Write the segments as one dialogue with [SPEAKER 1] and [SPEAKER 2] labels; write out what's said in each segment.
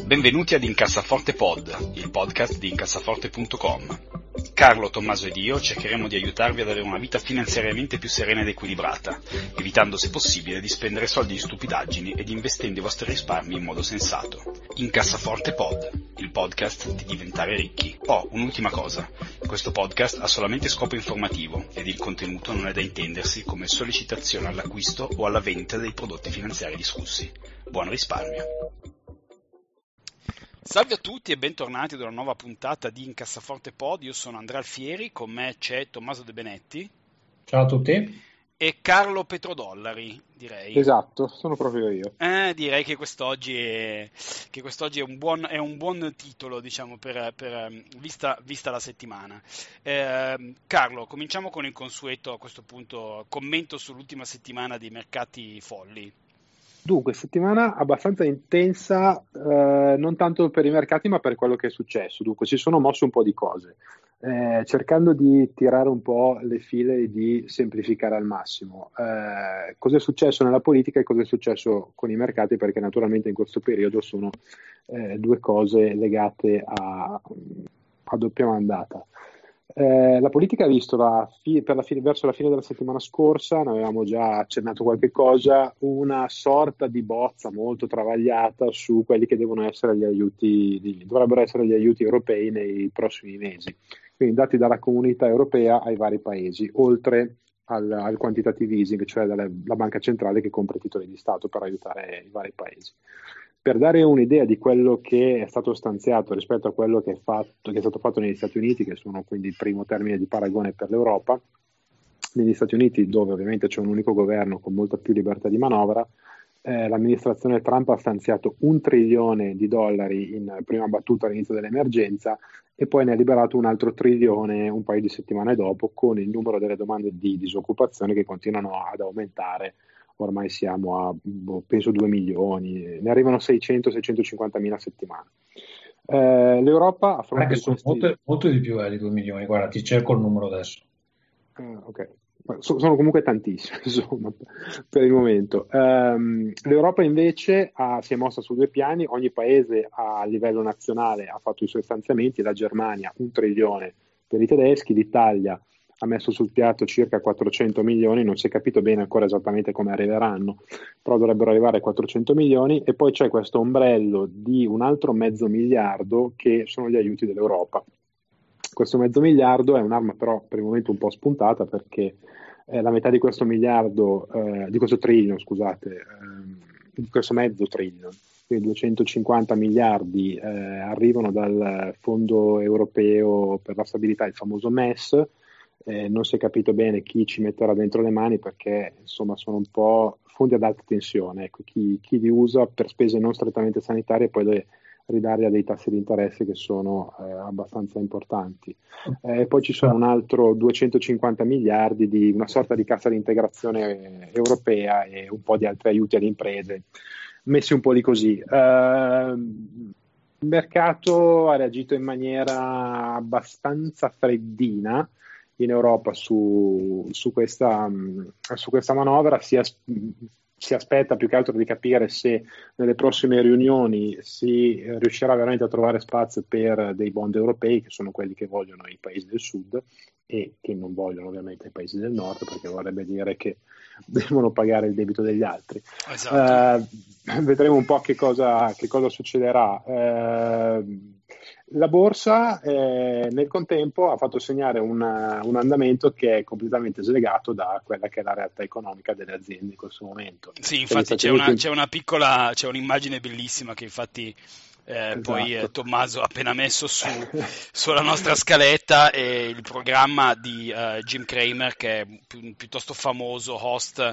[SPEAKER 1] Benvenuti ad Incassaforte Pod, il podcast di incassaforte.com. Carlo, Tommaso ed io cercheremo di aiutarvi ad avere una vita finanziariamente più serena ed equilibrata, evitando se possibile di spendere soldi in stupidaggini ed investendo i vostri risparmi in modo sensato. Incassaforte Pod, il podcast di diventare ricchi. Un'ultima cosa, questo podcast ha solamente scopo informativo ed il contenuto non è da intendersi come sollecitazione all'acquisto o alla vendita dei prodotti finanziari discussi. Buon risparmio! Salve a tutti e bentornati ad una nuova puntata di Incassaforte Pod. Io sono Andrea Alfieri, con me c'è Tommaso De Benetti.
[SPEAKER 2] Ciao a tutti.
[SPEAKER 1] E Carlo Petrodollari, direi.
[SPEAKER 3] Esatto, sono proprio io.
[SPEAKER 1] Direi che quest'oggi è un buon titolo, diciamo, vista la settimana. Carlo, cominciamo con il consueto, a questo punto, commento sull'ultima settimana dei mercati folli.
[SPEAKER 3] Dunque, settimana abbastanza intensa, non tanto per i mercati ma per quello che è successo. Dunque, si sono mosse un po' di cose, cercando di tirare un po' le file e di semplificare al massimo. Cosa è successo nella politica e cosa è successo con i mercati, perché naturalmente in questo periodo sono due cose legate a doppia mandata. La politica ha visto verso la fine della settimana scorsa, ne avevamo già accennato qualche cosa, una sorta di bozza molto travagliata su quelli che dovrebbero essere gli aiuti europei nei prossimi mesi, quindi dati dalla comunità europea ai vari paesi, oltre al quantitative easing, cioè la banca centrale che compra i titoli di Stato per aiutare i vari paesi. Per dare un'idea di quello che è stato stanziato rispetto a quello che è stato fatto negli Stati Uniti, che sono quindi il primo termine di paragone per l'Europa, negli Stati Uniti, dove ovviamente c'è un unico governo con molta più libertà di manovra, l'amministrazione Trump ha stanziato $1 trilione in prima battuta all'inizio dell'emergenza e poi ne ha liberato un altro trilione un paio di settimane dopo, con il numero delle domande di disoccupazione che continuano ad aumentare. Ormai siamo a, penso, 2 milioni, ne arrivano 600-650 mila a settimana. L'Europa a fronte di
[SPEAKER 2] questi... molto di più di 2 milioni, guarda, ti cerco il numero adesso.
[SPEAKER 3] Ok, sono comunque tantissimi, insomma, per il momento. L'Europa invece si è mossa su due piani, ogni paese a livello nazionale ha fatto i suoi stanziamenti, la Germania 1 trilione per i tedeschi, l'Italia ha messo sul piatto circa 400 milioni, non si è capito bene ancora esattamente come arriveranno, però dovrebbero arrivare 400 milioni e poi c'è questo ombrello di un altro $500 miliardi che sono gli aiuti dell'Europa. Questo $500 miliardi è un'arma però per il momento un po' spuntata, perché la metà di questo miliardo, di questo trilione, scusate, di questo $500 trilione, quindi 250 miliardi arrivano dal Fondo Europeo per la Stabilità, il famoso MES. Non si è capito bene chi ci metterà dentro le mani, perché insomma sono un po' fondi ad alta tensione, ecco, chi li usa per spese non strettamente sanitarie poi deve ridarli a dei tassi di interesse che sono abbastanza importanti. Poi ci sono un altro 250 miliardi di una sorta di cassa di integrazione europea e un po' di altri aiuti alle imprese, messi un po' lì così. Il mercato ha reagito in maniera abbastanza freddina in Europa su questa manovra. Si aspetta più che altro di capire se nelle prossime riunioni si riuscirà veramente a trovare spazio per dei bond europei, che sono quelli che vogliono i paesi del sud e che non vogliono ovviamente i paesi del nord, perché vorrebbe dire che devono pagare il debito degli altri.
[SPEAKER 1] Esatto.
[SPEAKER 3] Vedremo un po' che cosa succederà. La borsa nel contempo ha fatto segnare un andamento che è completamente slegato da quella che è la realtà economica delle aziende in questo momento.
[SPEAKER 1] Sì, infatti c'è un'immagine bellissima che infatti
[SPEAKER 3] esatto.
[SPEAKER 1] Poi Tommaso ha appena messo sulla nostra scaletta, il programma di Jim Cramer, che è piuttosto famoso host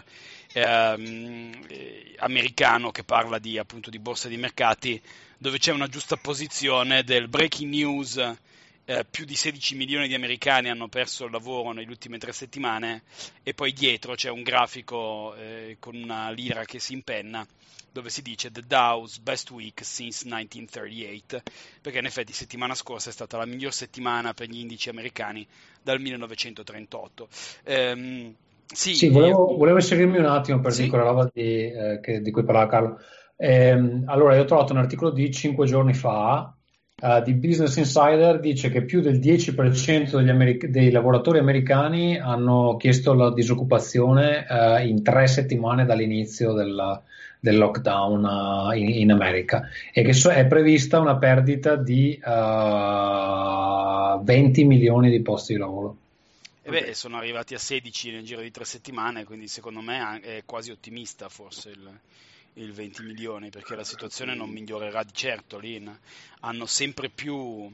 [SPEAKER 1] americano che parla appunto di borsa di mercati, dove c'è una giustaposizione del breaking news. Più di 16 milioni di americani hanno perso il lavoro nelle ultime 3 settimane, e poi dietro c'è un grafico con una lira che si impenna, dove si dice The Dow's best week since 1938, perché in effetti settimana scorsa è stata la miglior settimana per gli indici americani dal 1938.
[SPEAKER 2] Volevo inserirmi un attimo per dire quella roba di cui parlava Carlo. Allora, io ho trovato un articolo di 5 giorni fa di Business Insider, dice che più del 10% dei lavoratori americani hanno chiesto la disoccupazione in 3 settimane dall'inizio del lockdown in America, e che è prevista una perdita di 20 milioni di posti di lavoro.
[SPEAKER 1] E sono arrivati a 16 nel giro di 3 settimane, quindi secondo me è quasi ottimista forse il 20 milioni, perché la situazione non migliorerà di certo. Lì hanno sempre più,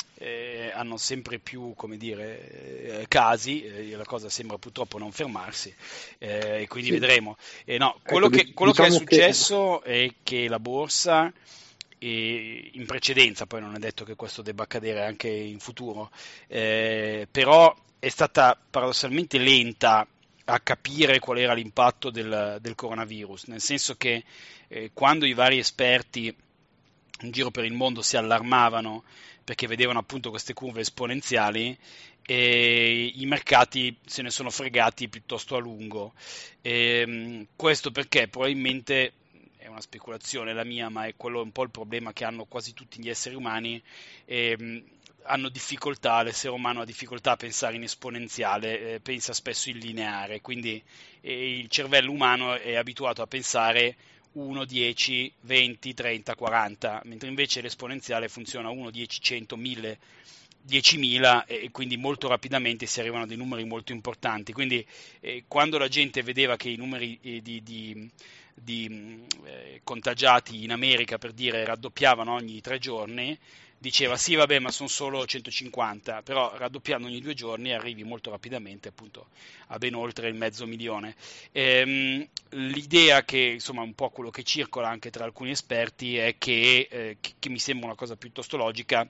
[SPEAKER 1] come dire, casi, la cosa sembra purtroppo non fermarsi, e quindi
[SPEAKER 3] Sì.
[SPEAKER 1] vedremo. No, quello che è successo è che la borsa, in precedenza, poi non è detto che questo debba accadere anche in futuro, però è stata paradossalmente lenta a capire qual era l'impatto del coronavirus, nel senso che quando i vari esperti in giro per il mondo si allarmavano perché vedevano appunto queste curve esponenziali, e i mercati se ne sono fregati piuttosto a lungo. Questo perché probabilmente è una speculazione la mia, ma è quello un po' il problema che hanno quasi tutti gli esseri umani. Hanno difficoltà, l'essere umano ha difficoltà a pensare in esponenziale, pensa spesso in lineare, quindi il cervello umano è abituato a pensare 1, 10, 20, 30, 40, mentre invece l'esponenziale funziona 1, 10, 100, 1000, 10.000, e quindi molto rapidamente si arrivano a dei numeri molto importanti. Quindi quando la gente vedeva che i numeri di contagiati in America, per dire, raddoppiavano ogni 3 giorni, diceva sì, vabbè, ma sono solo 150, però raddoppiando ogni 2 giorni arrivi molto rapidamente appunto a ben oltre il 500.000. L'idea che, insomma, un po' quello che circola anche tra alcuni esperti è che mi sembra una cosa piuttosto logica,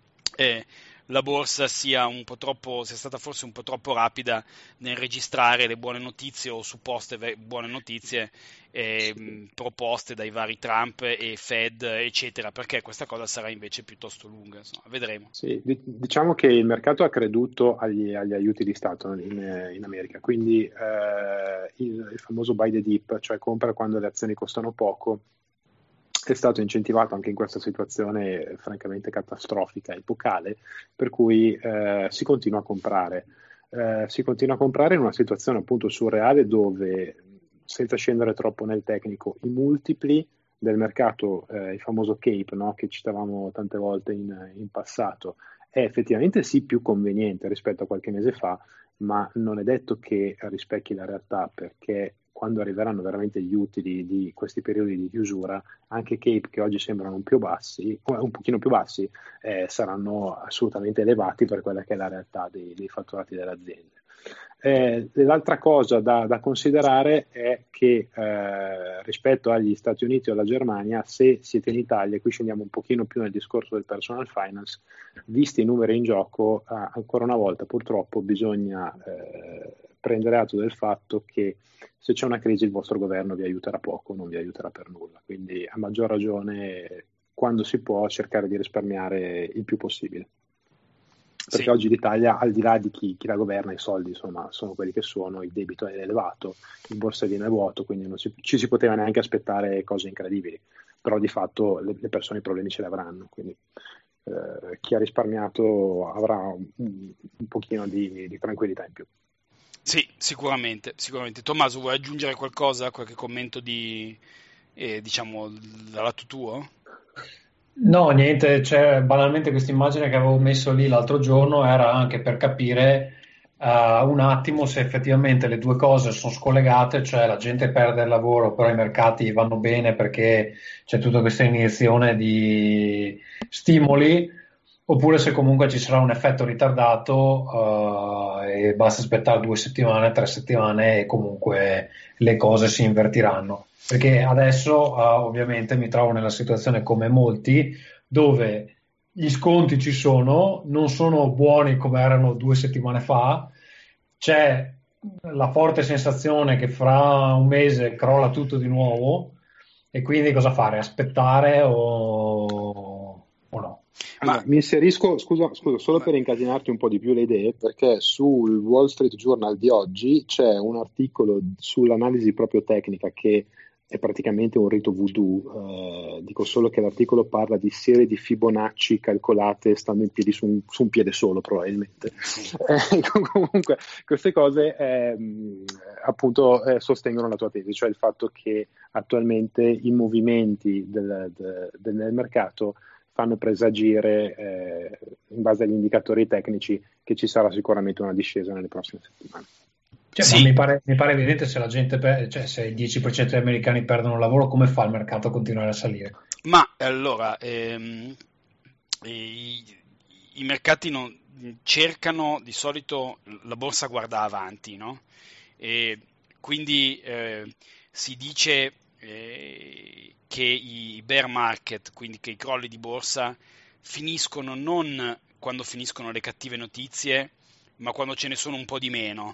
[SPEAKER 1] la borsa sia stata forse un po' troppo rapida nel registrare le buone notizie o supposte buone notizie proposte dai vari Trump e Fed, eccetera, perché questa cosa sarà invece piuttosto lunga, insomma, vedremo.
[SPEAKER 3] Sì, diciamo che il mercato ha creduto agli aiuti di Stato in America, quindi il famoso buy the dip, cioè compra quando le azioni costano poco, è stato incentivato anche in questa situazione francamente catastrofica, epocale, per cui si continua a comprare. Si continua a comprare in una situazione appunto surreale dove, senza scendere troppo nel tecnico, i multipli del mercato, il famoso CAPE, no, che citavamo tante volte in passato, è effettivamente sì più conveniente rispetto a qualche mese fa, ma non è detto che rispecchi la realtà, perché quando arriveranno veramente gli utili di questi periodi di chiusura, anche CAPE che oggi sembrano più bassi, un pochino più bassi, saranno assolutamente elevati per quella che è la realtà dei fatturati delle aziende. L'altra cosa da considerare è che rispetto agli Stati Uniti o alla Germania, se siete in Italia, e qui scendiamo un pochino più nel discorso del personal finance, visti i numeri in gioco, ancora una volta purtroppo bisogna prendere atto del fatto che se c'è una crisi il vostro governo vi aiuterà poco, non vi aiuterà per nulla, quindi a maggior ragione quando si può cercare di risparmiare il più possibile. Perché
[SPEAKER 1] Sì.
[SPEAKER 3] oggi l'Italia, al di là di chi la governa, i soldi insomma sono quelli che sono, il debito è elevato, il borsellino è vuoto, quindi non ci si poteva neanche aspettare cose incredibili, però di fatto le persone i problemi ce li avranno, quindi chi ha risparmiato avrà un pochino di tranquillità in più.
[SPEAKER 1] Sì, sicuramente. Tommaso, vuoi aggiungere qualcosa, qualche commento diciamo, dal lato tuo?
[SPEAKER 2] No, niente, cioè, banalmente questa immagine che avevo messo lì l'altro giorno era anche per capire un attimo se effettivamente le due cose sono scollegate, cioè la gente perde il lavoro, però i mercati vanno bene perché c'è tutta questa iniezione di stimoli, oppure se comunque ci sarà un effetto ritardato e basta aspettare 2 settimane, 3 settimane e comunque le cose si invertiranno. Perché adesso ovviamente mi trovo nella situazione come molti, dove gli sconti ci sono, non sono buoni come erano 2 settimane fa, c'è la forte sensazione che fra un mese crolla tutto di nuovo, e quindi cosa fare? Aspettare o no?
[SPEAKER 3] Allora, mi inserisco, scusa, solo per incasinarti un po' di più le idee, perché sul Wall Street Journal di oggi c'è un articolo sull'analisi proprio tecnica che è praticamente un rito voodoo. Dico solo che l'articolo parla di serie di Fibonacci calcolate stando in piedi su un piede solo, probabilmente. Comunque, queste cose appunto sostengono la tua tesi, cioè il fatto che attualmente i movimenti del mercato fanno presagire, in base agli indicatori tecnici, che ci sarà sicuramente una discesa nelle prossime settimane.
[SPEAKER 2] Cioè, sì. Ma mi pare evidente, se la gente se il 10% degli americani perdono il lavoro, come fa il mercato a continuare a salire?
[SPEAKER 1] Ma allora, i mercati cercano di solito, la borsa guarda avanti, no? E quindi si dice che i bear market, quindi che i crolli di borsa, finiscono non quando finiscono le cattive notizie, ma quando ce ne sono un po' di meno.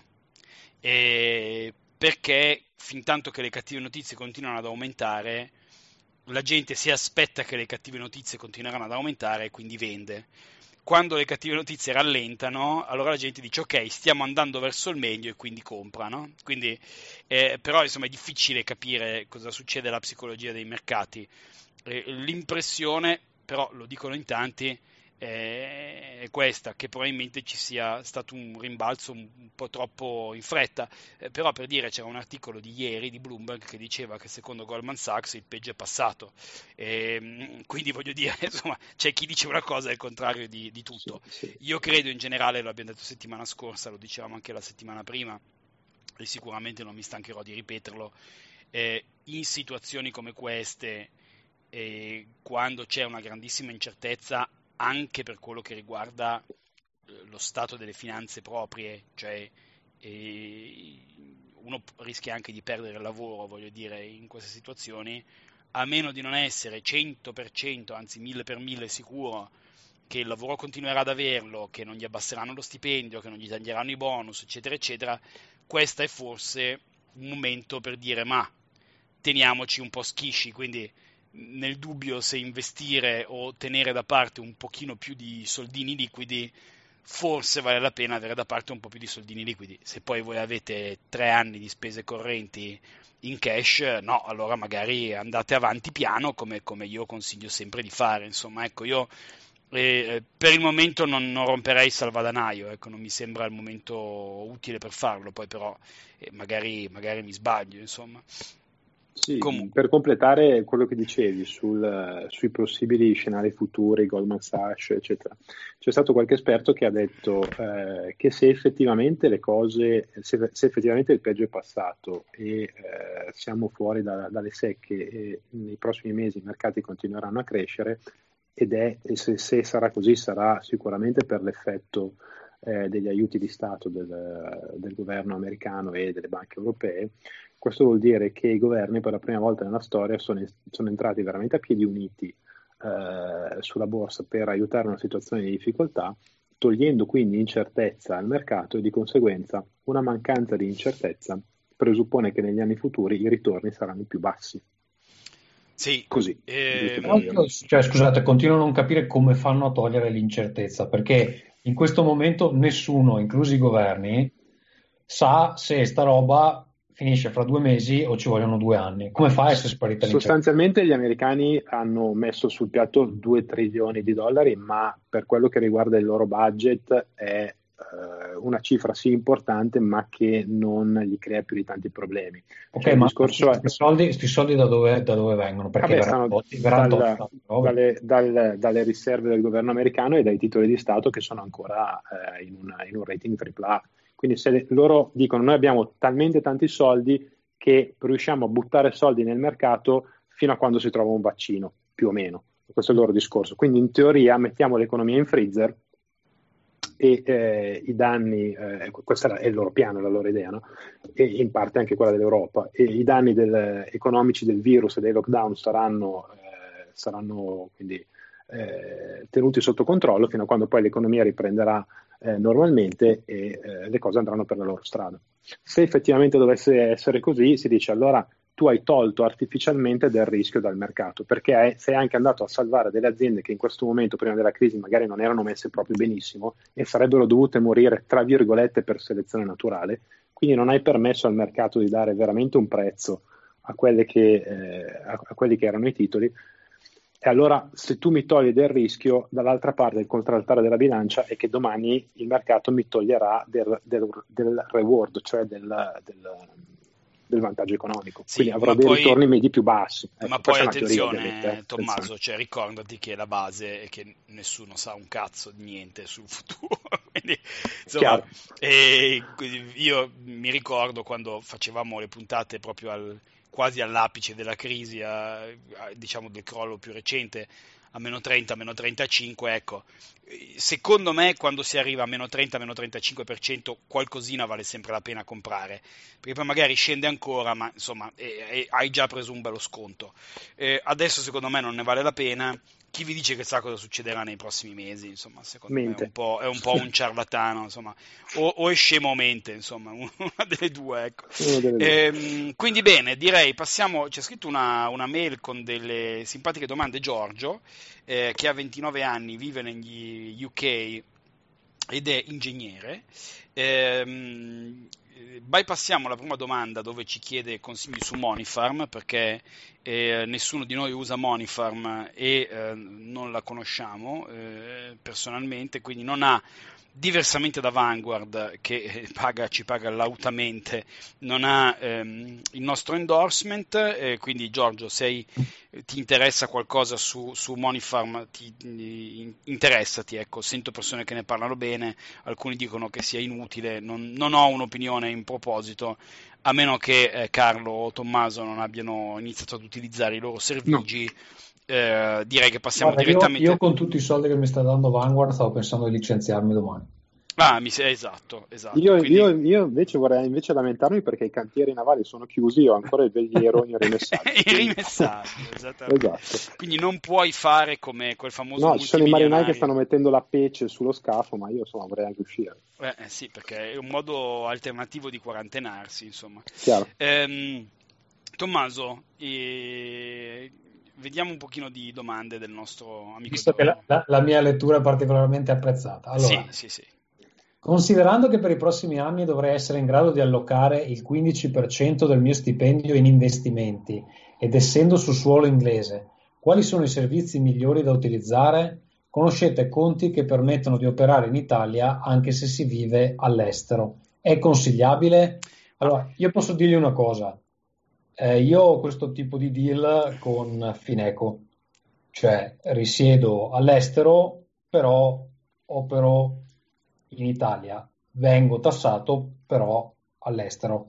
[SPEAKER 1] Perché fin tanto che le cattive notizie continuano ad aumentare, la gente si aspetta che le cattive notizie continueranno ad aumentare e quindi vende. Quando le cattive notizie rallentano, allora la gente dice ok, stiamo andando verso il meglio e quindi compra, no? Quindi, però insomma è difficile capire cosa succede alla psicologia dei mercati. L'impressione, però lo dicono in tanti, è questa, che probabilmente ci sia stato un rimbalzo un po' troppo in fretta, però per dire, c'era un articolo di ieri di Bloomberg che diceva che secondo Goldman Sachs il peggio è passato, quindi voglio dire, insomma, c'è chi dice una cosa e il contrario di tutto.
[SPEAKER 3] Sì.
[SPEAKER 1] Io credo in generale, lo abbiamo detto settimana scorsa, lo dicevamo anche la settimana prima e sicuramente non mi stancherò di ripeterlo, in situazioni come queste, quando c'è una grandissima incertezza anche per quello che riguarda lo stato delle finanze proprie, cioè uno rischia anche di perdere il lavoro, voglio dire, in queste situazioni, a meno di non essere 100%, anzi 1000 per 1000 sicuro che il lavoro continuerà ad averlo, che non gli abbasseranno lo stipendio, che non gli taglieranno i bonus, eccetera, eccetera, questo è forse un momento per dire ma teniamoci un po' schisci, quindi nel dubbio se investire o tenere da parte un pochino più di soldini liquidi, forse vale la pena avere da parte un po' più di soldini liquidi. Se poi voi avete 3 anni di spese correnti in cash, no, allora magari andate avanti piano, come io consiglio sempre di fare. Insomma, ecco, io per il momento non romperei il salvadanaio, ecco, non mi sembra il momento utile per farlo, poi però magari mi sbaglio, insomma.
[SPEAKER 3] Sì, per completare quello che dicevi sui possibili scenari futuri, Goldman Sachs, eccetera, c'è stato qualche esperto che ha detto che se effettivamente le cose, se effettivamente il peggio è passato e siamo fuori dalle secche e nei prossimi mesi i mercati continueranno a crescere, e se sarà così sarà sicuramente per l'effetto degli aiuti di Stato del governo americano e delle banche europee. Questo vuol dire che i governi per la prima volta nella storia sono entrati veramente a piedi uniti sulla borsa per aiutare una situazione di difficoltà, togliendo quindi incertezza al mercato e di conseguenza una mancanza di incertezza presuppone che negli anni futuri i ritorni saranno più bassi.
[SPEAKER 1] Sì,
[SPEAKER 3] così.
[SPEAKER 2] Cioè, scusate, continuo a non capire come fanno a togliere l'incertezza, perché in questo momento nessuno, inclusi i governi, sa se sta roba finisce fra 2 mesi o ci vogliono 2 anni. Come fa a essere sparita l'incertezza?
[SPEAKER 3] Sostanzialmente gli americani hanno messo sul piatto 2 trilioni di dollari, ma per quello che riguarda il loro budget è una cifra sì importante, ma che non gli crea più di tanti problemi.
[SPEAKER 2] Ok,
[SPEAKER 3] cioè,
[SPEAKER 2] ma questi soldi da dove vengono? Perché
[SPEAKER 3] stanno dalle riserve del governo americano e dai titoli di Stato che sono ancora in un rating AAA. Quindi se loro dicono noi abbiamo talmente tanti soldi che riusciamo a buttare soldi nel mercato fino a quando si trova un vaccino, più o meno. Questo è il loro discorso. Quindi in teoria mettiamo l'economia in freezer e i danni, questo è il loro piano, la loro idea, no? E in parte anche quella dell'Europa, e i danni economici del virus e dei lockdown saranno quindi tenuti sotto controllo fino a quando poi l'economia riprenderà normalmente e le cose andranno per la loro strada. Se effettivamente dovesse essere così, si dice allora tu hai tolto artificialmente del rischio dal mercato, perché sei anche andato a salvare delle aziende che in questo momento, prima della crisi, magari non erano messe proprio benissimo e sarebbero dovute morire, tra virgolette, per selezione naturale, quindi non hai permesso al mercato di dare veramente un prezzo a quelli che erano i titoli. E allora, se tu mi togli del rischio, dall'altra parte il contraltare della bilancia è che domani il mercato mi toglierà del reward, cioè del vantaggio economico.
[SPEAKER 1] Sì,
[SPEAKER 3] Quindi avrò
[SPEAKER 1] ma
[SPEAKER 3] dei
[SPEAKER 1] poi,
[SPEAKER 3] ritorni medi più bassi.
[SPEAKER 1] ma
[SPEAKER 3] Ecco,
[SPEAKER 1] poi
[SPEAKER 3] questa è una teoria, ovviamente.
[SPEAKER 1] attenzione,
[SPEAKER 3] Attenzione.
[SPEAKER 1] Tommaso, cioè ricordati che la base è che nessuno sa un cazzo di niente sul futuro. Quindi, insomma,
[SPEAKER 3] Chiaro.
[SPEAKER 1] io mi ricordo quando facevamo le puntate proprio quasi all'apice della crisi, diciamo del crollo più recente, a meno 30, meno 35, ecco. Secondo me quando si arriva a meno 30, meno 35%, qualcosina vale sempre la pena comprare, perché poi magari scende ancora, ma insomma hai già preso un bello sconto. Adesso secondo me non ne vale la pena. Chi vi dice che sa cosa succederà nei prossimi mesi? Insomma, secondo me
[SPEAKER 3] Mente.
[SPEAKER 1] è un po' un ciarlatano, insomma, o è scemo o mente, insomma, una delle due, ecco.
[SPEAKER 3] Uno delle due.
[SPEAKER 1] Quindi bene, direi passiamo. C'è scritto una mail con delle simpatiche domande. Giorgio, che ha 29 anni, vive negli UK ed è ingegnere. Bypassiamo la prima domanda dove ci chiede consigli su Monifarm, perché nessuno di noi usa Monifarm e non la conosciamo personalmente, quindi non ha, diversamente da Vanguard che ci paga lautamente, non ha il nostro endorsement. Quindi Giorgio, ti interessa qualcosa su Monifarm, interessati, ecco. Sento persone che ne parlano bene, alcuni dicono che sia inutile, non ho un'opinione in proposito, a meno che Carlo o Tommaso non abbiano iniziato ad utilizzare i loro
[SPEAKER 3] No.
[SPEAKER 1] servigi. Direi che passiamo
[SPEAKER 2] Guarda,
[SPEAKER 1] direttamente.
[SPEAKER 2] io con tutti i soldi che mi sta dando Vanguard stavo pensando di licenziarmi domani.
[SPEAKER 1] Esatto.
[SPEAKER 3] Io
[SPEAKER 1] Quindi
[SPEAKER 3] invece vorrei lamentarmi perché i cantieri navali sono chiusi, io ho ancora il veliero in rimessaggio.
[SPEAKER 1] il rimessaggio, esattamente.
[SPEAKER 3] Esatto.
[SPEAKER 1] Quindi non puoi fare come quel famoso
[SPEAKER 3] No, ci sono i marinai che
[SPEAKER 1] multimilionario.
[SPEAKER 3] stanno mettendo la pece sullo scafo, ma io insomma vorrei anche uscire.
[SPEAKER 1] Sì, perché è un modo alternativo di quarantenarsi, insomma.
[SPEAKER 3] Chiaro.
[SPEAKER 1] Tommaso, vediamo un pochino di domande del nostro amico
[SPEAKER 2] Visto che
[SPEAKER 1] Giorgio.
[SPEAKER 2] la mia lettura è particolarmente apprezzata. Allora,
[SPEAKER 1] Sì.
[SPEAKER 2] considerando che per i prossimi anni dovrei essere in grado di allocare il 15% del mio stipendio in investimenti ed essendo su suolo inglese, quali sono i servizi migliori da utilizzare? Conoscete conti che permettono di operare in Italia anche se si vive all'estero. È consigliabile? Allora, io posso dirgli una cosa. Io ho questo tipo di deal con Fineco, cioè risiedo all'estero, però opero in Italia, vengo tassato però all'estero.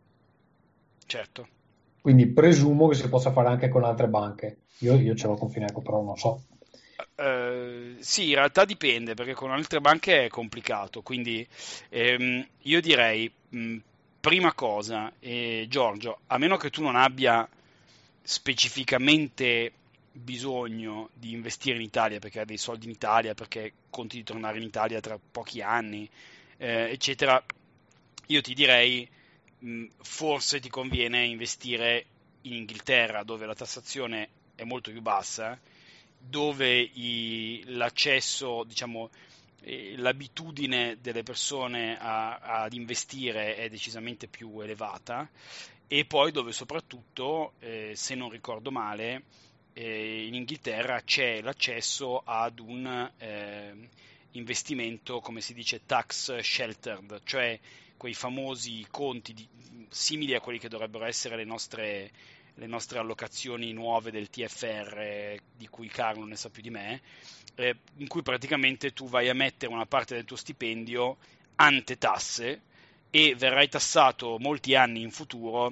[SPEAKER 1] Certo.
[SPEAKER 2] Quindi presumo che si possa fare anche con altre banche. Io ce l'ho con Fineco, però non so.
[SPEAKER 1] Sì, in realtà dipende, perché con altre banche è complicato, quindi io direi, prima cosa, Giorgio, a meno che tu non abbia specificamente bisogno di investire in Italia, perché hai dei soldi in Italia, perché conti di tornare in Italia tra pochi anni, eccetera, io ti direi, forse ti conviene investire in Inghilterra, dove la tassazione è molto più bassa, dove l'accesso, diciamo, l'abitudine delle persone ad investire è decisamente più elevata, e poi dove soprattutto, se non ricordo male, in Inghilterra c'è l'accesso ad un investimento, come si dice, tax sheltered, cioè quei famosi conti simili a quelli che dovrebbero essere le nostre allocazioni nuove del TFR, di cui Carlo ne sa più di me, in cui praticamente tu vai a mettere una parte del tuo stipendio ante tasse e verrai tassato molti anni in futuro,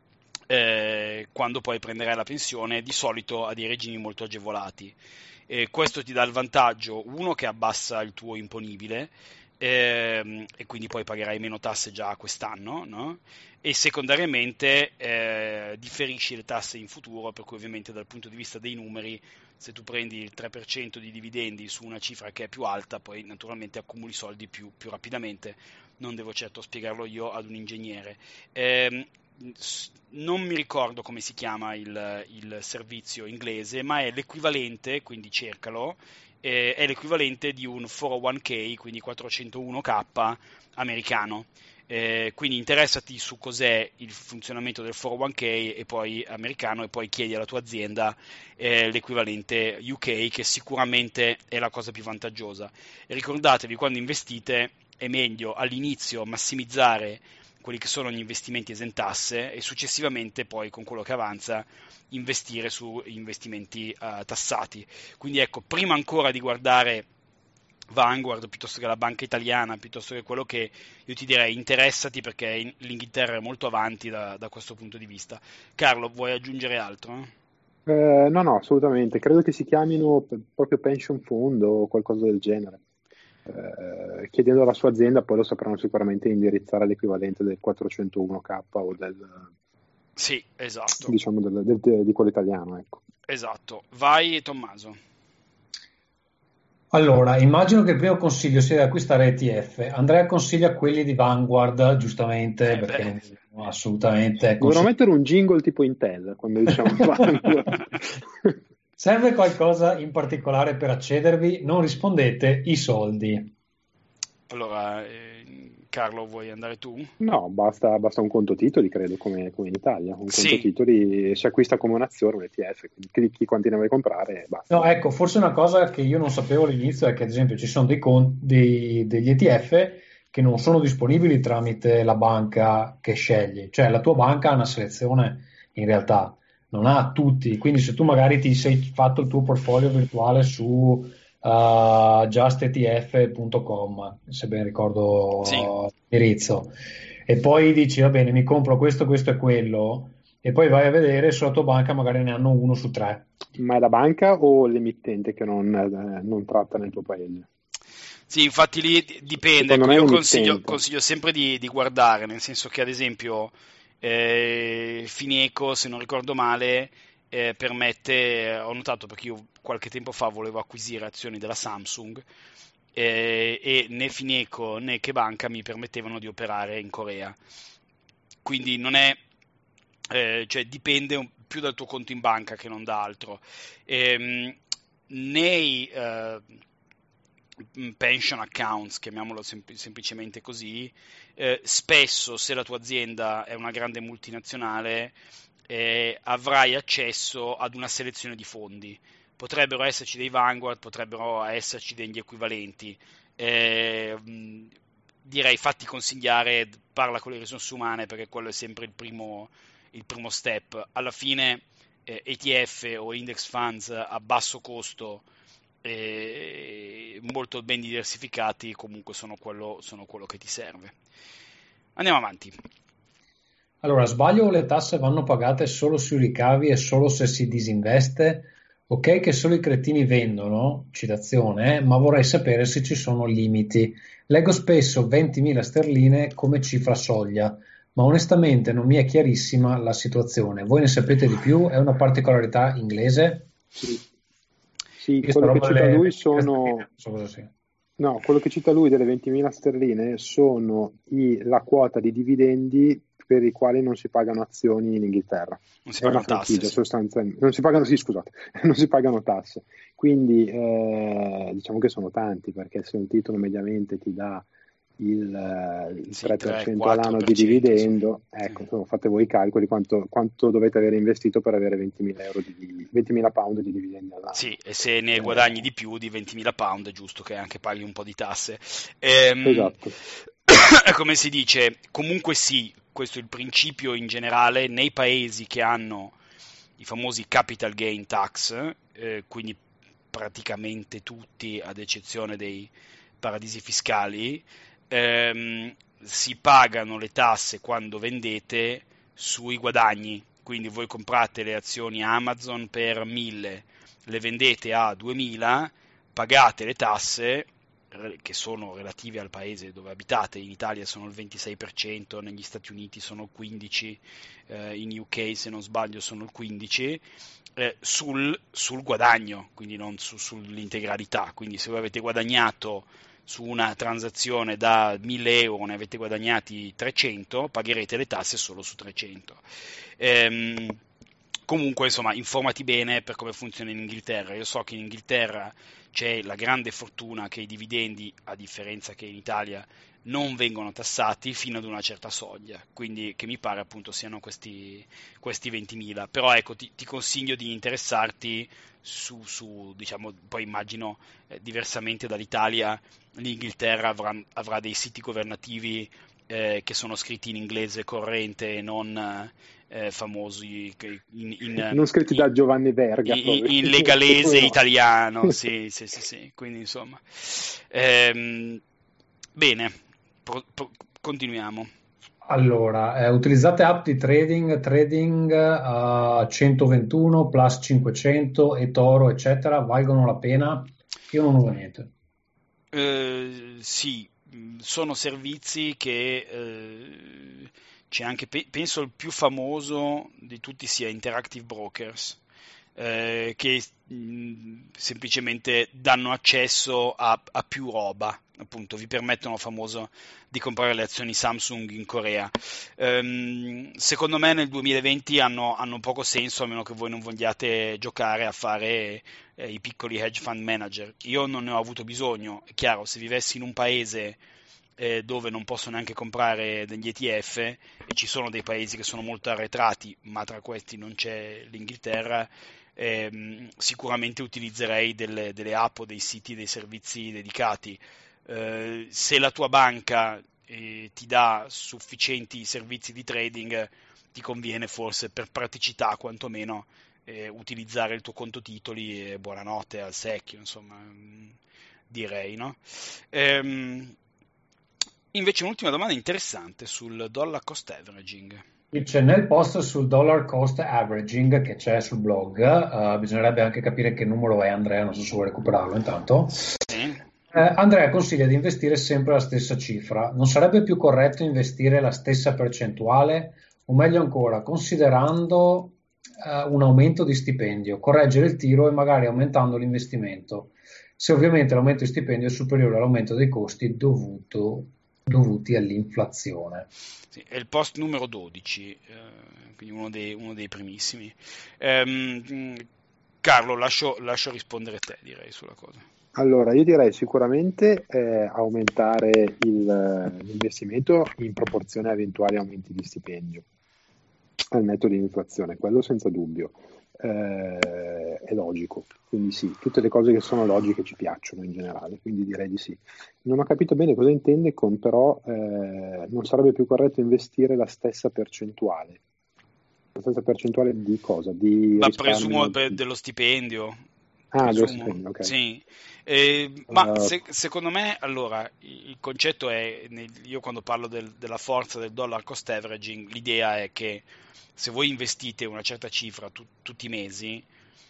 [SPEAKER 1] quando poi prenderai la pensione, di solito a dei regimi molto agevolati. Questo ti dà il vantaggio, uno, che abbassa il tuo imponibile, e quindi poi pagherai meno tasse già quest'anno, no? E secondariamente differisci le tasse in futuro, per cui ovviamente dal punto di vista dei numeri, se tu prendi il 3% di dividendi su una cifra che è più alta, poi naturalmente accumuli soldi più rapidamente. Non devo certo spiegarlo io ad un ingegnere. Non mi ricordo come si chiama il servizio inglese, ma è l'equivalente, quindi cercalo, è l'equivalente di un 401k, quindi 401k americano. Quindi interessati su cos'è il funzionamento del 401k e poi americano, e poi chiedi alla tua azienda l'equivalente UK, che sicuramente è la cosa più vantaggiosa. E ricordatevi, quando investite è meglio all'inizio massimizzare quelli che sono gli investimenti esentasse e successivamente poi con quello che avanza investire su investimenti tassati. Quindi ecco, prima ancora di guardare Vanguard piuttosto che la banca italiana, piuttosto che quello, che io ti direi interessati, perché l'Inghilterra è molto avanti da questo punto di vista. Carlo, vuoi aggiungere altro?
[SPEAKER 3] No, assolutamente. Credo che si chiamino proprio pension fund o qualcosa del genere. Chiedendo alla sua azienda, poi lo sapranno sicuramente indirizzare all'equivalente del 401k o
[SPEAKER 1] Sì, esatto.
[SPEAKER 3] diciamo di quello italiano, ecco.
[SPEAKER 1] Esatto. Vai, Tommaso.
[SPEAKER 2] Allora, immagino che il primo consiglio sia di acquistare ETF. Andrea consiglia quelli di Vanguard, giustamente, perché non sono assolutamente
[SPEAKER 3] Dovrò mettere un jingle tipo Intel quando diciamo Vanguard.
[SPEAKER 2] Serve qualcosa in particolare per accedervi? Non rispondete, i soldi.
[SPEAKER 1] Allora, Carlo, vuoi andare tu?
[SPEAKER 3] No, basta un conto titoli, credo, come in Italia. Un
[SPEAKER 1] Sì.
[SPEAKER 3] conto titoli si acquista come un'azione, un ETF, quindi clicchi quanti ne vuoi comprare e basta.
[SPEAKER 2] No, ecco, forse una cosa che io non sapevo all'inizio è che, ad esempio, ci sono degli ETF che non sono disponibili tramite la banca che scegli. Cioè, la tua banca ha una selezione, in realtà, non ha tutti. Quindi se tu magari ti sei fatto il tuo portfolio virtuale su justetf.com, se ben ricordo
[SPEAKER 1] Sì.
[SPEAKER 2] l'indirizzo, e poi dici, va bene, mi compro questo, questo e quello, e poi vai a vedere sulla tua banca magari ne hanno 1 su 3.
[SPEAKER 3] Ma è la banca o l'emittente che non tratta nel tuo paese?
[SPEAKER 1] Sì, infatti lì dipende.
[SPEAKER 3] Secondo
[SPEAKER 1] Ecco,
[SPEAKER 3] me è
[SPEAKER 1] io
[SPEAKER 3] l'emittente.
[SPEAKER 1] consiglio sempre di guardare, nel senso che, ad esempio, Fineco, se non ricordo male, permette, ho notato, perché io qualche tempo fa volevo acquisire azioni della Samsung, e né Fineco né che banca mi permettevano di operare in Corea. Quindi non è, cioè dipende più dal tuo conto in banca che non da altro. Nei pension accounts, chiamiamolo semplicemente così, spesso, se la tua azienda è una grande multinazionale, avrai accesso ad una selezione di fondi. Potrebbero esserci dei Vanguard, potrebbero esserci degli equivalenti. Direi fatti consigliare, parla con le risorse umane, perché quello è sempre il primo step. Alla fine ETF o index funds a basso costo, molto ben diversificati, comunque sono quello che ti serve. Andiamo avanti.
[SPEAKER 2] Allora, sbaglio o le tasse vanno pagate solo sui ricavi e solo se si disinveste? Ok che solo i cretini vendono, citazione, ma vorrei sapere se ci sono limiti. Leggo spesso 20.000 sterline come cifra soglia, ma onestamente non mi è chiarissima la situazione. Voi ne sapete di più? È una particolarità inglese?
[SPEAKER 3] Sì,
[SPEAKER 2] Io sta
[SPEAKER 3] quello che
[SPEAKER 2] roba
[SPEAKER 3] cita
[SPEAKER 2] delle
[SPEAKER 3] lui
[SPEAKER 2] 20.000 sterline,
[SPEAKER 3] sono.
[SPEAKER 2] non so cosa sia.
[SPEAKER 3] No, quello che cita lui delle 20.000 sterline sono la quota di dividendi per i quali non si pagano azioni in Inghilterra.
[SPEAKER 1] Non si
[SPEAKER 3] È una
[SPEAKER 1] pagano tasse,
[SPEAKER 3] franchigia
[SPEAKER 1] sì.
[SPEAKER 3] sostanzialmente. Non si pagano, sì, scusate, non si pagano tasse. Quindi diciamo che sono tanti, perché se un titolo mediamente ti dà il
[SPEAKER 1] Sì,
[SPEAKER 3] 3% all'anno di
[SPEAKER 1] 3-4%,
[SPEAKER 3] dividendo,
[SPEAKER 1] sì.
[SPEAKER 3] ecco, insomma, fate voi i calcoli quanto dovete avere investito per avere 20.000 pound di dividendi all'anno.
[SPEAKER 1] Sì, e se ne
[SPEAKER 3] Eh,
[SPEAKER 1] guadagni di più di 20.000 pound è giusto che anche paghi un po' di tasse.
[SPEAKER 3] Esatto.
[SPEAKER 1] Come si dice, comunque sì, questo è il principio in generale nei paesi che hanno i famosi capital gain tax, quindi praticamente tutti, ad eccezione dei paradisi fiscali, si pagano le tasse quando vendete sui guadagni. Quindi voi comprate le azioni Amazon per 1.000, le vendete a 2.000, pagate le tasse che sono relative al paese dove abitate. In Italia sono il 26%, negli Stati Uniti sono il 15%, in UK se non sbaglio sono il 15%, sul guadagno, quindi non sull'integralità. Quindi se voi avete guadagnato su una transazione da 1.000 euro, ne avete guadagnati 300, pagherete le tasse solo su 300. Comunque, insomma, informati bene per come funziona in Inghilterra. Io so che in Inghilterra c'è la grande fortuna che i dividendi, a differenza che in Italia, non vengono tassati fino ad una certa soglia, quindi che mi pare appunto siano questi 20.000. Però ecco, ti consiglio di interessarti diciamo, poi immagino diversamente dall'Italia, l'Inghilterra avrà dei siti governativi che sono scritti in inglese corrente e non famosi
[SPEAKER 3] non scritti da Giovanni Verga
[SPEAKER 1] in legalese italiano, sì, quindi insomma. Bene, continuiamo.
[SPEAKER 2] Allora, utilizzate app di trading a 121, plus 500, eToro, eccetera, valgono la pena? Io non uso niente.
[SPEAKER 1] Sì, sono servizi che c'è anche, penso il più famoso di tutti sia Interactive Brokers, che semplicemente danno accesso a più roba, appunto vi permettono famoso di comprare le azioni Samsung in Corea. Secondo me nel 2020 hanno poco senso, a meno che voi non vogliate giocare a fare i piccoli hedge fund manager. Io non ne ho avuto bisogno, è chiaro, se vivessi in un paese dove non posso neanche comprare degli ETF, e ci sono dei paesi che sono molto arretrati, ma tra questi non c'è l'Inghilterra, sicuramente utilizzerei delle app o dei siti, dei servizi dedicati. Se la tua banca ti dà sufficienti servizi di trading, ti conviene forse per praticità quantomeno utilizzare il tuo conto titoli e buonanotte al secchio, insomma, direi, no? Invece un'ultima domanda interessante sul dollar cost averaging.
[SPEAKER 2] C'è nel post sul dollar cost averaging che c'è sul blog, bisognerebbe anche capire che numero è, Andrea, non so se vuoi recuperarlo intanto.
[SPEAKER 1] Sì.
[SPEAKER 2] Andrea consiglia di investire sempre la stessa cifra. Non sarebbe più corretto investire la stessa percentuale? O meglio ancora, considerando un aumento di stipendio, correggere il tiro e magari aumentando l'investimento, se ovviamente l'aumento di stipendio è superiore all'aumento dei costi dovuti all'inflazione.
[SPEAKER 1] Sì, è il post numero 12, quindi uno dei primissimi. Carlo, lascio rispondere te, direi, sulla cosa.
[SPEAKER 3] Allora, io direi sicuramente aumentare l'investimento in proporzione a eventuali aumenti di stipendio al netto di inflazione, quello senza dubbio. È logico, quindi sì, tutte le cose che sono logiche ci piacciono in generale, quindi direi di sì. Non ho capito bene cosa intende con però non sarebbe più corretto investire la stessa percentuale. La stessa percentuale di cosa? Di
[SPEAKER 1] Ma
[SPEAKER 3] risparmio?
[SPEAKER 1] presumo dello stipendio.
[SPEAKER 3] Dello stipendio, ok.
[SPEAKER 1] Sì. Ma secondo me, allora, il concetto è, io quando parlo della forza del dollar cost averaging, l'idea è che se voi investite una certa cifra tutti i mesi,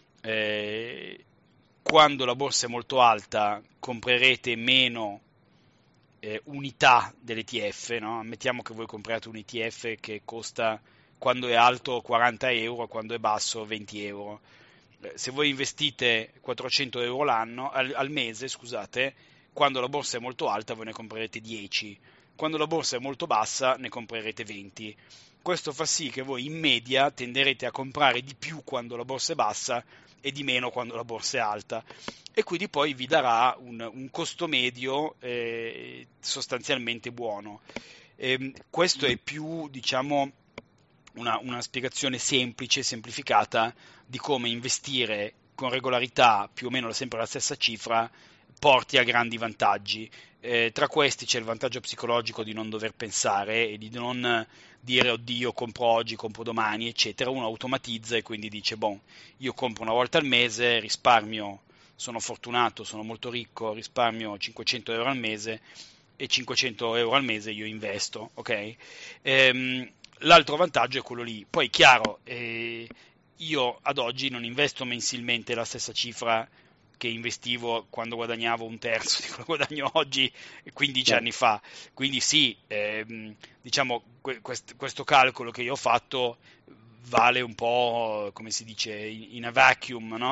[SPEAKER 1] quando la borsa è molto alta comprerete meno unità dell'ETF, no? Ammettiamo che voi compriate un ETF che costa, quando è alto, 40 euro, quando è basso 20 euro. Se voi investite 400 euro al mese, scusate, quando la borsa è molto alta voi ne comprerete 10, quando la borsa è molto bassa ne comprerete 20. Questo fa sì che voi in media tenderete a comprare di più quando la borsa è bassa e di meno quando la borsa è alta, e quindi poi vi darà un costo medio sostanzialmente buono. Questo è più, diciamo, una spiegazione semplice, semplificata di come investire con regolarità più o meno sempre la stessa cifra porti a grandi vantaggi. Tra questi c'è il vantaggio psicologico di non dover pensare e di non dire oddio compro oggi, compro domani, eccetera. Uno automatizza e quindi dice io compro una volta al mese, risparmio, sono fortunato, sono molto ricco, risparmio 500 euro al mese e 500 euro al mese io investo, ok? L'altro vantaggio è quello lì. Poi chiaro, io ad oggi non investo mensilmente la stessa cifra che investivo quando guadagnavo un terzo di quello che guadagno oggi 15 anni fa, quindi sì, diciamo questo calcolo che io ho fatto vale un po', come si dice, in a vacuum, no?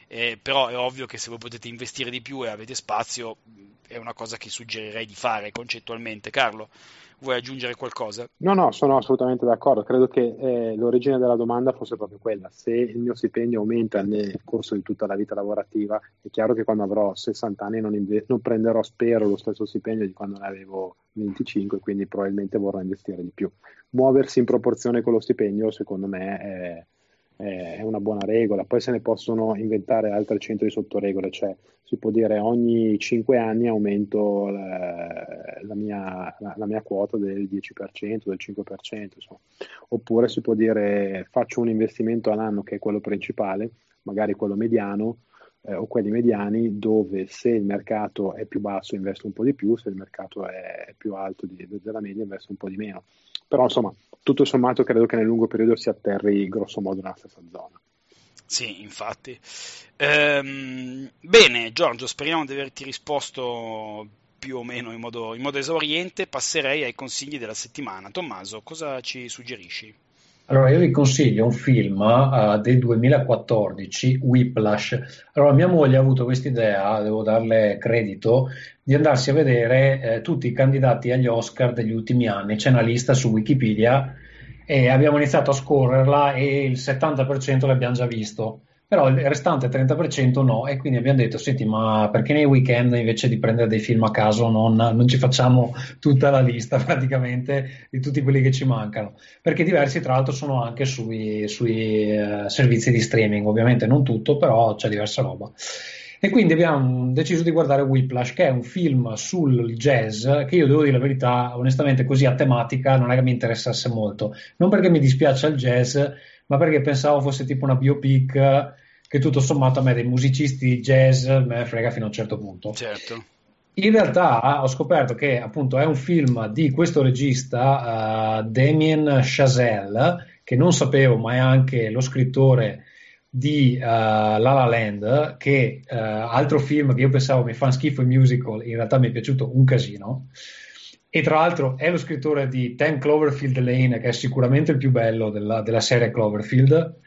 [SPEAKER 1] però è ovvio che se voi potete investire di più e avete spazio, è una cosa che suggerirei di fare concettualmente. Carlo, vuoi aggiungere qualcosa?
[SPEAKER 3] No, sono assolutamente d'accordo. Credo che l'origine della domanda fosse proprio quella. Se il mio stipendio aumenta nel corso di tutta la vita lavorativa, è chiaro che quando avrò 60 anni non prenderò, spero, lo stesso stipendio di quando ne avevo 25, quindi probabilmente vorrò investire di più. Muoversi in proporzione con lo stipendio, secondo me, è una buona regola. Poi se ne possono inventare altre 100 di sottoregole, cioè si può dire ogni 5 anni aumento la mia quota del 10%, del 5%, insomma. Oppure si può dire faccio un investimento all'anno che è quello principale, magari quello mediano, o quelli mediani, dove se il mercato è più basso investo un po' di più, se il mercato è più alto della media investo un po' di meno. Però insomma, tutto sommato credo che nel lungo periodo si atterri grosso modo nella stessa zona.
[SPEAKER 1] Sì, infatti. Bene, Giorgio, speriamo di averti risposto più o meno in modo esauriente. Passerei ai consigli della settimana. Tommaso, cosa ci suggerisci?
[SPEAKER 2] Allora, io vi consiglio un film del 2014, Whiplash. Allora, mia moglie ha avuto questa idea, devo darle credito, di andarsi a vedere tutti i candidati agli Oscar degli ultimi anni. C'è una lista su Wikipedia e abbiamo iniziato a scorrerla e il 70% l'abbiamo già visto, però il restante 30% no, e quindi abbiamo detto, senti, ma perché nei weekend invece di prendere dei film a caso non ci facciamo tutta la lista praticamente di tutti quelli che ci mancano? Perché diversi tra l'altro sono anche sui servizi di streaming, ovviamente non tutto, però c'è diversa roba. E quindi abbiamo deciso di guardare Whiplash, che è un film sul jazz, che io devo dire la verità, onestamente così a tematica non è che mi interessasse molto, non perché mi dispiace il jazz, ma perché pensavo fosse tipo una biopic che tutto sommato a me dei musicisti di jazz me ne frega fino a un certo punto.
[SPEAKER 1] Certo.
[SPEAKER 2] In realtà ho scoperto che appunto è un film di questo regista Damien Chazelle, che non sapevo, ma è anche lo scrittore di La La Land, che altro film che io pensavo mi fa schifo i musical, in realtà mi è piaciuto un casino. E tra l'altro è lo scrittore di 10 Cloverfield Lane, che è sicuramente il più bello della serie Cloverfield.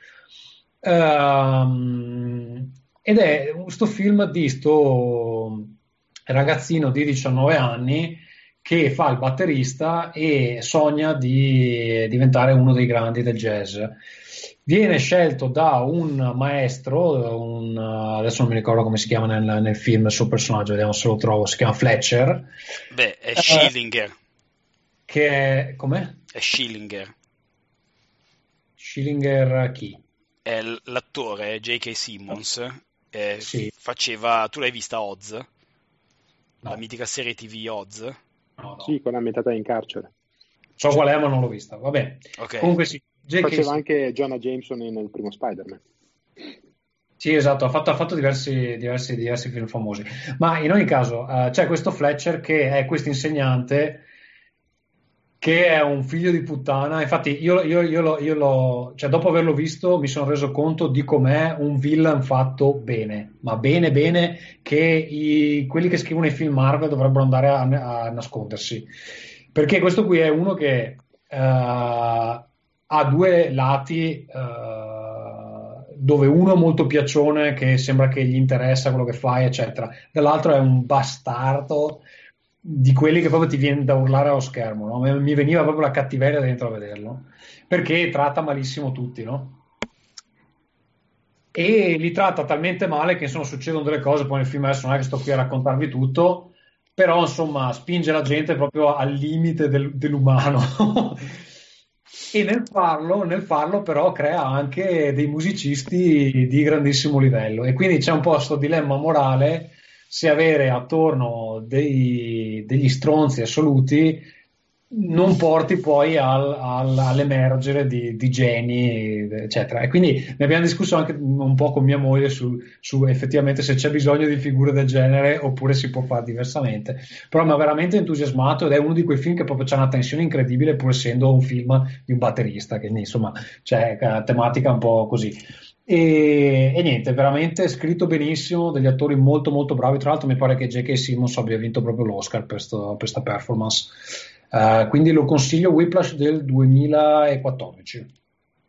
[SPEAKER 2] Ed è questo film di sto ragazzino di 19 anni che fa il batterista e sogna di diventare uno dei grandi del jazz. Viene scelto da un maestro, adesso non mi ricordo come si chiama nel film il suo personaggio, vediamo se lo trovo, si chiama Fletcher.
[SPEAKER 1] Beh, è Schillinger.
[SPEAKER 2] Che è, com'è?
[SPEAKER 1] È Schillinger.
[SPEAKER 2] Schillinger chi?
[SPEAKER 1] È l'attore J.K. Simmons.
[SPEAKER 2] Sì.
[SPEAKER 1] Tu l'hai vista Oz?
[SPEAKER 2] No.
[SPEAKER 1] La mitica serie TV Oz?
[SPEAKER 2] No.
[SPEAKER 3] Sì, quella ambientata in carcere.
[SPEAKER 2] So qual è, ma non l'ho vista. Va bene.
[SPEAKER 1] Okay.
[SPEAKER 2] Comunque sì.
[SPEAKER 3] Faceva anche Jonah Jameson nel primo Spider-Man.
[SPEAKER 2] Sì, esatto, ha fatto diversi film famosi. Ma in ogni caso c'è questo Fletcher che è questo insegnante che è un figlio di puttana. Infatti cioè, dopo averlo visto mi sono reso conto di com'è un villain fatto bene, ma bene, che quelli che scrivono i film Marvel dovrebbero andare a nascondersi. Perché questo qui è uno che ha due lati dove uno è molto piaccione, che sembra che gli interessa quello che fai, eccetera. Dall'altro è un bastardo di quelli che proprio ti viene da urlare allo schermo, no? Mi veniva proprio la cattiveria dentro a vederlo, perché tratta malissimo tutti, no? E li tratta talmente male che insomma succedono delle cose, poi nel film adesso non è che sto qui a raccontarvi tutto, però insomma spinge la gente proprio al limite dell'umano. E nel farlo però crea anche dei musicisti di grandissimo livello, e quindi c'è un po' questo dilemma morale se avere attorno degli stronzi assoluti non porti poi all'emergere di geni, eccetera. E quindi ne abbiamo discusso anche un po' con mia moglie su effettivamente se c'è bisogno di figure del genere oppure si può fare diversamente. Però mi ha veramente entusiasmato ed è uno di quei film che proprio c'ha una tensione incredibile, pur essendo un film di un batterista, quindi insomma c'è una tematica un po' così. E niente, veramente scritto benissimo, degli attori molto molto bravi. Tra l'altro mi pare che J.K. Simmons abbia vinto proprio l'Oscar per questa performance. Quindi lo consiglio, Whiplash del 2014.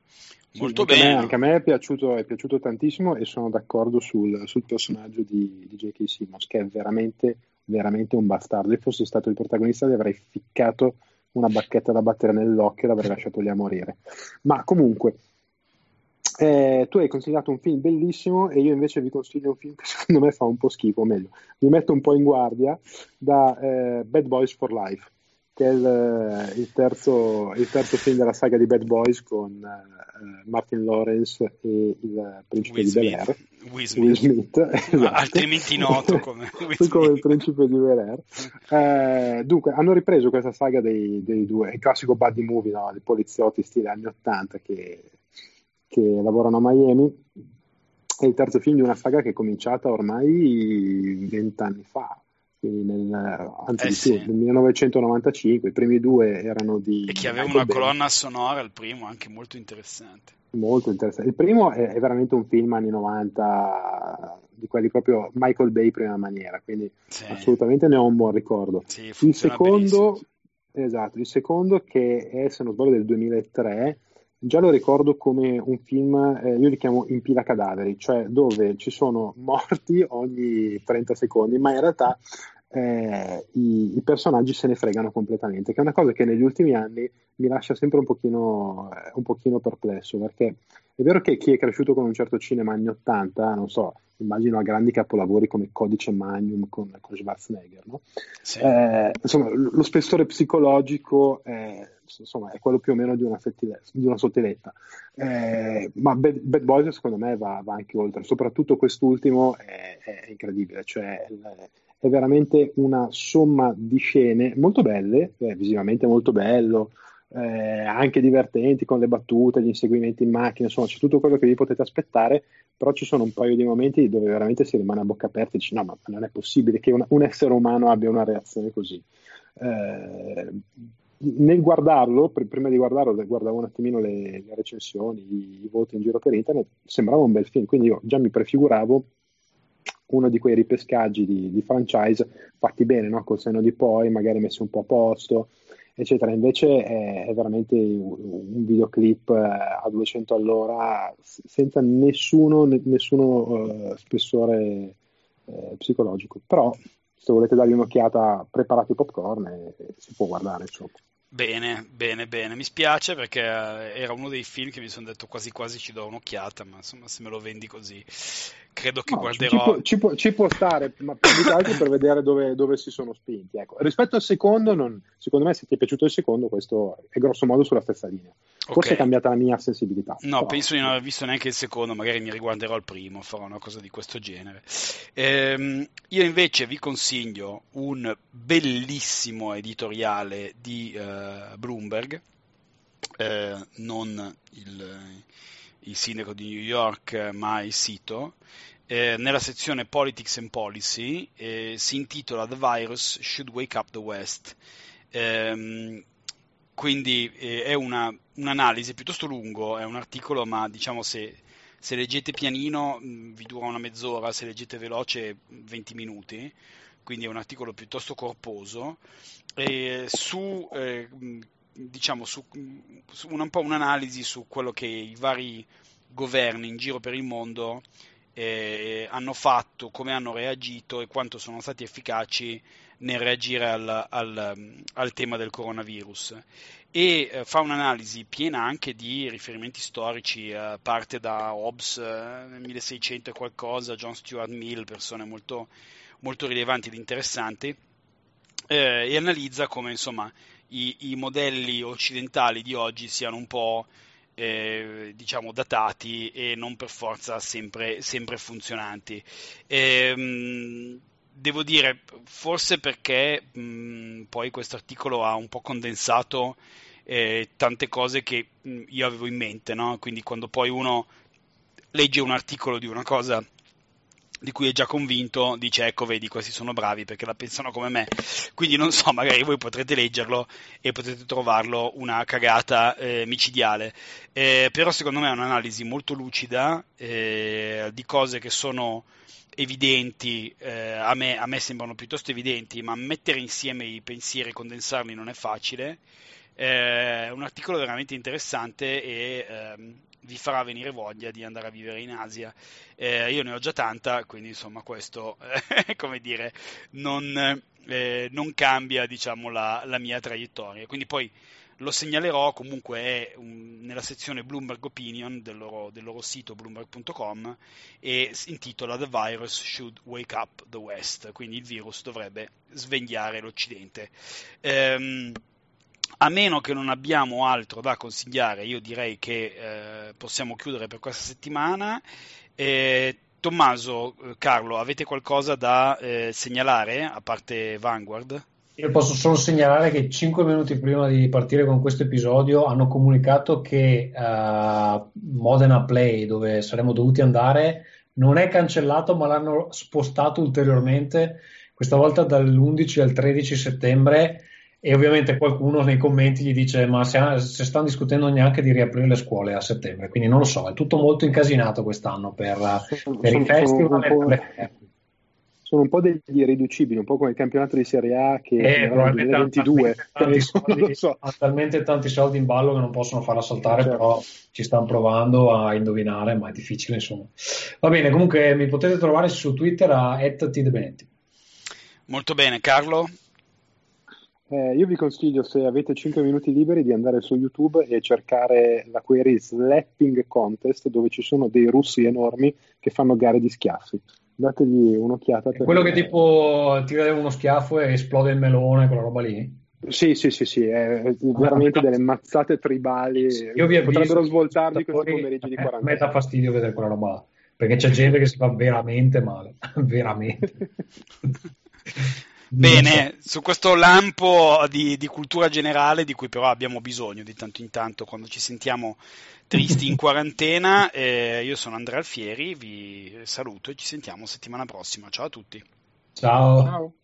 [SPEAKER 3] Sì,
[SPEAKER 1] Molto bene.
[SPEAKER 3] anche a me è piaciuto tantissimo e sono d'accordo sul personaggio di J.K. Simmons, che è veramente, veramente un bastardo. Se fossi stato il protagonista gli avrei ficcato una bacchetta da battere nell'occhio e l'avrei lasciato lì a morire. Ma comunque, tu hai consigliato un film bellissimo e io invece vi consiglio un film che secondo me fa un po' schifo, o meglio, vi metto un po' in guardia da Bad Boys for Life, che è il terzo film della saga di Bad Boys con Martin Lawrence e il principe di Bel-Air, Will Smith, esatto.
[SPEAKER 1] Altrimenti noto come Will
[SPEAKER 3] come il
[SPEAKER 1] Smith.
[SPEAKER 3] principe di Bel-Air. Dunque, hanno ripreso questa saga dei due, il classico buddy movie, no? Dei poliziotti stile anni 80 che lavorano a Miami. È il terzo film di una saga che è cominciata ormai 20 anni fa, quindi anzi di più,
[SPEAKER 1] Sì.
[SPEAKER 3] nel 1995. I primi due erano di
[SPEAKER 1] E che aveva
[SPEAKER 3] Michael
[SPEAKER 1] una
[SPEAKER 3] Bay.
[SPEAKER 1] colonna sonora, il primo, anche molto interessante.
[SPEAKER 3] Molto interessante. Il primo è veramente un film anni 90, di quelli proprio Michael Bay prima maniera, quindi
[SPEAKER 1] Sì.
[SPEAKER 3] assolutamente ne ho un buon ricordo.
[SPEAKER 1] Sì,
[SPEAKER 3] Il
[SPEAKER 1] funziona benissimo.
[SPEAKER 3] secondo, esatto, il secondo che è, se non sbaglio, del 2003, già lo ricordo come un film, io li chiamo in pila cadaveri, cioè dove ci sono morti ogni 30 secondi, ma in realtà i personaggi se ne fregano completamente, che è una cosa che negli ultimi anni mi lascia sempre un pochino perplesso, perché è vero che chi è cresciuto con un certo cinema anni 80, non so, immagino a grandi capolavori come Codice Magnum con Schwarzenegger, no?
[SPEAKER 1] Sì.
[SPEAKER 3] Insomma, lo spessore psicologico insomma, è quello più o meno di una sottiletta. Ma Bad Boys secondo me va anche oltre, soprattutto quest'ultimo è incredibile, cioè è veramente una somma di scene molto belle, visivamente molto bello, anche divertenti con le battute, gli inseguimenti in macchina, insomma c'è tutto quello che vi potete aspettare, però ci sono un paio di momenti dove veramente si rimane a bocca aperta e dici no, ma non è possibile che un essere umano abbia una reazione così. Nel guardarlo, prima di guardarlo, guardavo un attimino le recensioni, i voti in giro per internet, sembrava un bel film, quindi io già mi prefiguravo uno di quei ripescaggi di franchise fatti bene, no? Col senno di poi, magari messi un po' a posto, eccetera. Invece è veramente un videoclip a 200 all'ora, senza nessuno spessore psicologico. Però, se volete dargli un'occhiata, preparate i popcorn e si può guardare, insomma.
[SPEAKER 1] Bene, bene, bene. Mi spiace perché era uno dei film che mi sono detto quasi quasi ci do un'occhiata, ma insomma se me lo vendi così credo che
[SPEAKER 3] No,
[SPEAKER 1] guarderò.
[SPEAKER 3] ci può stare, ma più di tanto per vedere dove si sono spinti. Ecco. Rispetto al secondo, secondo me, se ti è piaciuto il secondo, questo è grosso modo sulla stessa linea. Forse
[SPEAKER 1] Ok.
[SPEAKER 3] è cambiata la mia sensibilità.
[SPEAKER 1] No,
[SPEAKER 3] però,
[SPEAKER 1] penso di non aver visto neanche il secondo, magari mi riguarderò il primo, farò una cosa di questo genere. Io invece vi consiglio un bellissimo editoriale di Bloomberg, non il sindaco di New York, ma il sito. Nella sezione Politics and Policy si intitola The Virus Should Wake Up the West. Quindi è un'analisi piuttosto lungo, è un articolo, ma diciamo se leggete pianino vi dura una mezz'ora, se leggete veloce 20 minuti, quindi è un articolo piuttosto corposo, diciamo su un po' un'analisi su quello che i vari governi in giro per il mondo hanno fatto, come hanno reagito e quanto sono stati efficaci nel reagire al tema del coronavirus. E fa un'analisi piena anche di riferimenti storici, parte da Hobbes nel 1600 e qualcosa, John Stuart Mill, persone molto, molto rilevanti ed interessanti, e analizza come insomma i modelli occidentali di oggi siano un po' diciamo datati e non per forza sempre funzionanti. Devo dire, forse perché poi questo articolo ha un po' condensato tante cose che io avevo in mente, no? Quindi quando poi uno legge un articolo di una cosa di cui è già convinto, dice ecco vedi questi sono bravi perché la pensano come me, quindi non so, magari voi potrete leggerlo e potete trovarlo una cagata micidiale, però secondo me è un'analisi molto lucida di cose che sono evidenti, a me sembrano piuttosto evidenti, ma mettere insieme i pensieri e condensarli non è facile. È un articolo veramente interessante e vi farà venire voglia di andare a vivere in Asia. Io ne ho già tanta, quindi insomma questo, come dire, non cambia, diciamo, la mia traiettoria. Quindi poi lo segnalerò, comunque è nella sezione Bloomberg Opinion del loro sito bloomberg.com, e si intitola The Virus Should Wake Up the West, quindi il virus dovrebbe svegliare l'Occidente. A meno che non abbiamo altro da consigliare, io direi che possiamo chiudere per questa settimana. Tommaso, Carlo, avete qualcosa da segnalare, a parte Vanguard?
[SPEAKER 2] Io posso solo segnalare che 5 minuti prima di partire con questo episodio hanno comunicato che Modena Play, dove saremmo dovuti andare, non è cancellato, ma l'hanno spostato ulteriormente, questa volta dall'11 al 13 settembre, e ovviamente qualcuno nei commenti gli dice ma se stanno discutendo neanche di riaprire le scuole a settembre, quindi non lo so, è tutto molto incasinato quest'anno per i festival e per le fiere.
[SPEAKER 3] Sono un po' degli irriducibili, un po' come il campionato di Serie A che nel 2022.
[SPEAKER 2] Ha talmente tanti soldi in ballo che non possono farla saltare, certo. Però ci stanno provando a indovinare, ma è difficile, insomma. Va bene, comunque mi potete trovare su Twitter a @tdebenetti.
[SPEAKER 1] Molto bene, Carlo?
[SPEAKER 3] Io vi consiglio, se avete 5 minuti liberi, di andare su YouTube e cercare la query Slapping Contest, dove ci sono dei russi enormi che fanno gare di schiaffi. Dategli un'occhiata.
[SPEAKER 2] Quello che tipo tira uno schiaffo e esplode il melone, quella roba lì?
[SPEAKER 3] Sì, è veramente delle mazzate tribali.
[SPEAKER 2] Io vi
[SPEAKER 3] potrebbero svoltarvi questi pomeriggi di 40.
[SPEAKER 2] A me dà fastidio vedere quella roba là, perché c'è gente che si fa veramente male, veramente.
[SPEAKER 1] Bene, su questo lampo di cultura generale, di cui però abbiamo bisogno di tanto in tanto quando ci sentiamo tristi in quarantena, io sono Andrea Alfieri, vi saluto e ci sentiamo settimana prossima. Ciao a tutti.
[SPEAKER 2] Ciao.